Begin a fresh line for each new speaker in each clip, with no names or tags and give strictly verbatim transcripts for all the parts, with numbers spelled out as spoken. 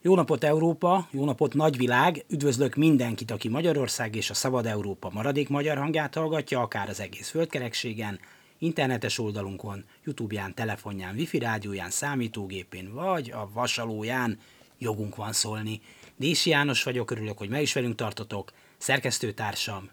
Jó napot Európa, jó napot nagyvilág, üdvözlök mindenkit, aki Magyarország és a Szabad Európa maradék magyar hangját hallgatja, akár az egész földkerekségen, internetes oldalunkon, YouTube-ján, telefonján, wifi rádióján, számítógépén vagy a vasalóján. Jogunk van szólni. Dési János vagyok, örülök, hogy meg is velünk tartotok, szerkesztőtársam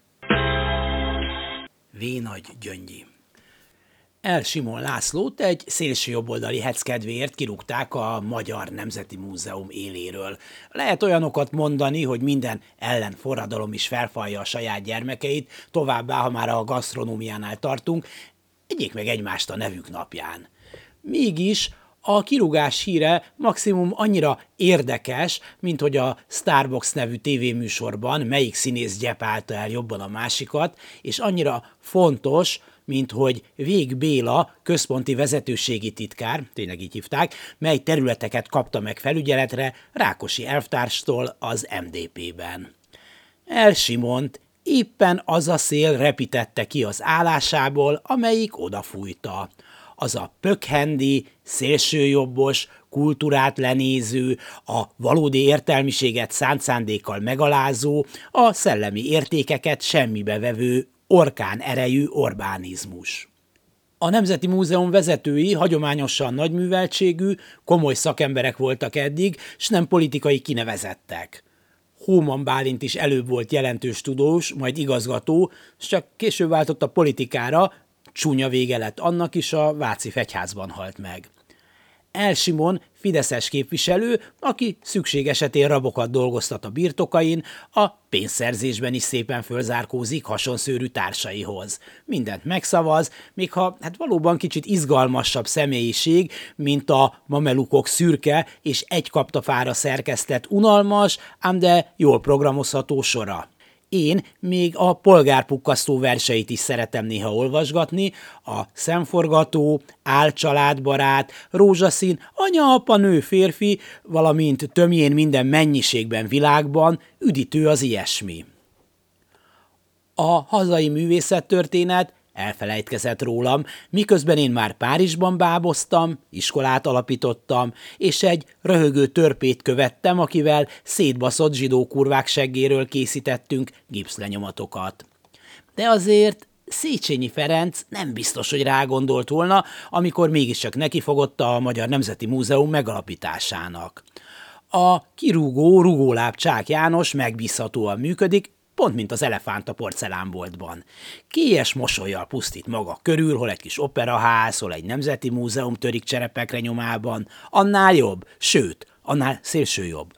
V. Nagy Gyöngyi. El. Simon Lászlót egy szélső jobboldali heckedvéért kirúgták a Magyar Nemzeti Múzeum éléről. Lehet olyanokat mondani, hogy minden ellenforradalom is felfalja a saját gyermekeit, továbbá, ha már a gasztronómiánál tartunk, egyék meg egymást a nevük napján. Mégis a kirúgás híre maximum annyira érdekes, mint hogy a Starbox nevű tévéműsorban melyik színész gyepálta el jobban a másikat, és annyira fontos, mint hogy Vég Béla központi vezetőségi titkár, tényleg így hívták, mely területeket kapta meg felügyeletre Rákosi elvtárstól az em dé pében. El. Simont éppen az a szél repítette ki az állásából, amelyik odafújta. Az a pökhendi, szélsőjobbos, kultúrát lenéző, a valódi értelmiséget szánt szándékkal megalázó, a szellemi értékeket semmibe vevő, orkán erejű Orbánizmus. A Nemzeti Múzeum vezetői hagyományosan nagyműveltségű, komoly szakemberek voltak eddig, s nem politikai kinevezettek. Hóman Bálint is előbb volt jelentős tudós, majd igazgató, s csak később váltott a politikára, csúnya vége lett annak is, a Váci Fegyházban halt meg. El. Simon fideszes képviselő, aki szükség esetén rabokat dolgoztat a birtokain, a pénzszerzésben is szépen fölzárkózik hasonszőrű társaihoz. Mindent megszavaz, még ha hát valóban kicsit izgalmasabb személyiség, mint a mamelukok szürke és egy kaptafára szerkesztett unalmas, ám de jól programozható sora. Én még a polgárpukkasztó verseit is szeretem néha olvasgatni, a szemforgató, álcsaládbarát, rózsaszín, anya, apa, nő, férfi, valamint tömjén minden mennyiségben világban, üdítő az ilyesmi. A hazai művészettörténet elfelejtkezett rólam, miközben én már Párizsban báboztam, iskolát alapítottam, és egy röhögő törpét követtem, akivel szétbaszott zsidó kurvák seggéről készítettünk gipszlenyomatokat. De azért Széchenyi Ferenc nem biztos, hogy rágondolt volna, amikor mégiscsak nekifogott a Magyar Nemzeti Múzeum megalapításának. A kirúgó rugóláb Csák János megbízhatóan működik, pont mint az elefánt a porcelánboltban. Kélyes mosollyal pusztít maga körül, hol egy kis operaház, hol egy nemzeti múzeum törik cserepekre nyomában. Annál jobb, sőt, annál szélsőjobb.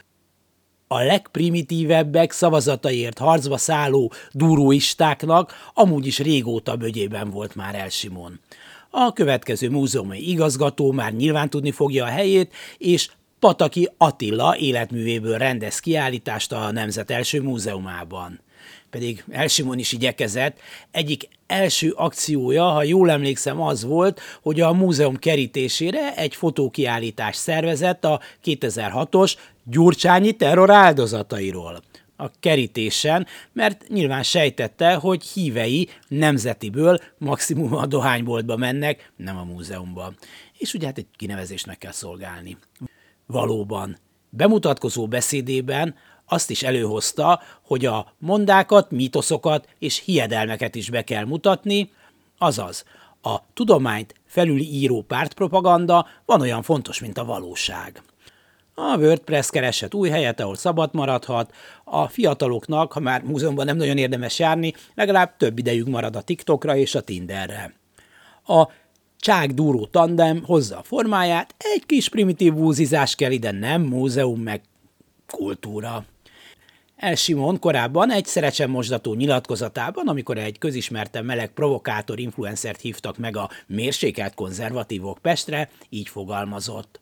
A legprimitívebbek szavazataiért harcba szálló duróistáknak amúgy is régóta bögyében volt már El. Simon. A következő múzeumi igazgató már nyilván tudni fogja a helyét, és Pataki Attila életművéből rendez kiállítást a Nemzet első múzeumában. Pedig El. Simon is igyekezett. Egyik első akciója, ha jól emlékszem, az volt, hogy a múzeum kerítésére egy fotókiállítást szervezett a kétezer-hatos gyurcsányi terror áldozatairól. A kerítésen, mert nyilván sejtette, hogy hívei nemzetiből maximum a dohányboltba mennek, nem a múzeumba. És ugye hát egy kinevezést meg kell szolgálni. Valóban, bemutatkozó beszédében azt is előhozta, hogy a mondákat, mítoszokat és hiedelmeket is be kell mutatni, azaz a tudományt felülíró pártpropaganda van olyan fontos, mint a valóság. A WordPress keresett új helyet, ahol szabad maradhat, a fiataloknak, ha már múzeumban nem nagyon érdemes járni, legalább több idejük marad a TikTokra és a Tinderre. A Csák-Dúró tandem hozza a formáját, egy kis primitív búzizás kell ide, nem múzeum meg kultúra. El. Simon korábban egy szerecsen mosdató nyilatkozatában, amikor egy közismerten meleg provokátor influencert hívtak meg a mérsékelt konzervatívok Pestre, így fogalmazott.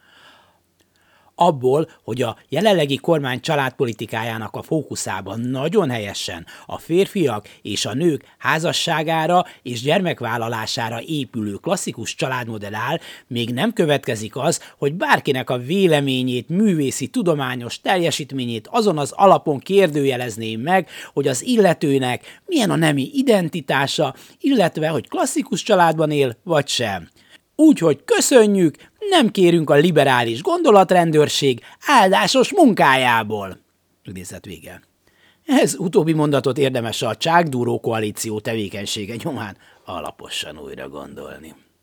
Abból, hogy a jelenlegi kormány családpolitikájának a fókuszában nagyon helyesen a férfiak és a nők házasságára és gyermekvállalására épülő klasszikus családmodell áll, még nem következik az, hogy bárkinek a véleményét, művészi, tudományos teljesítményét azon az alapon kérdőjelezné meg, hogy az illetőnek milyen a nemi identitása, illetve hogy klasszikus családban él, vagy sem. Úgyhogy köszönjük, nem kérünk a liberális gondolatrendőrség áldásos munkájából. Idézet vége. Ez utóbbi mondatot érdemes a csákdúró koalíció tevékenysége nyomán alaposan újra gondolni.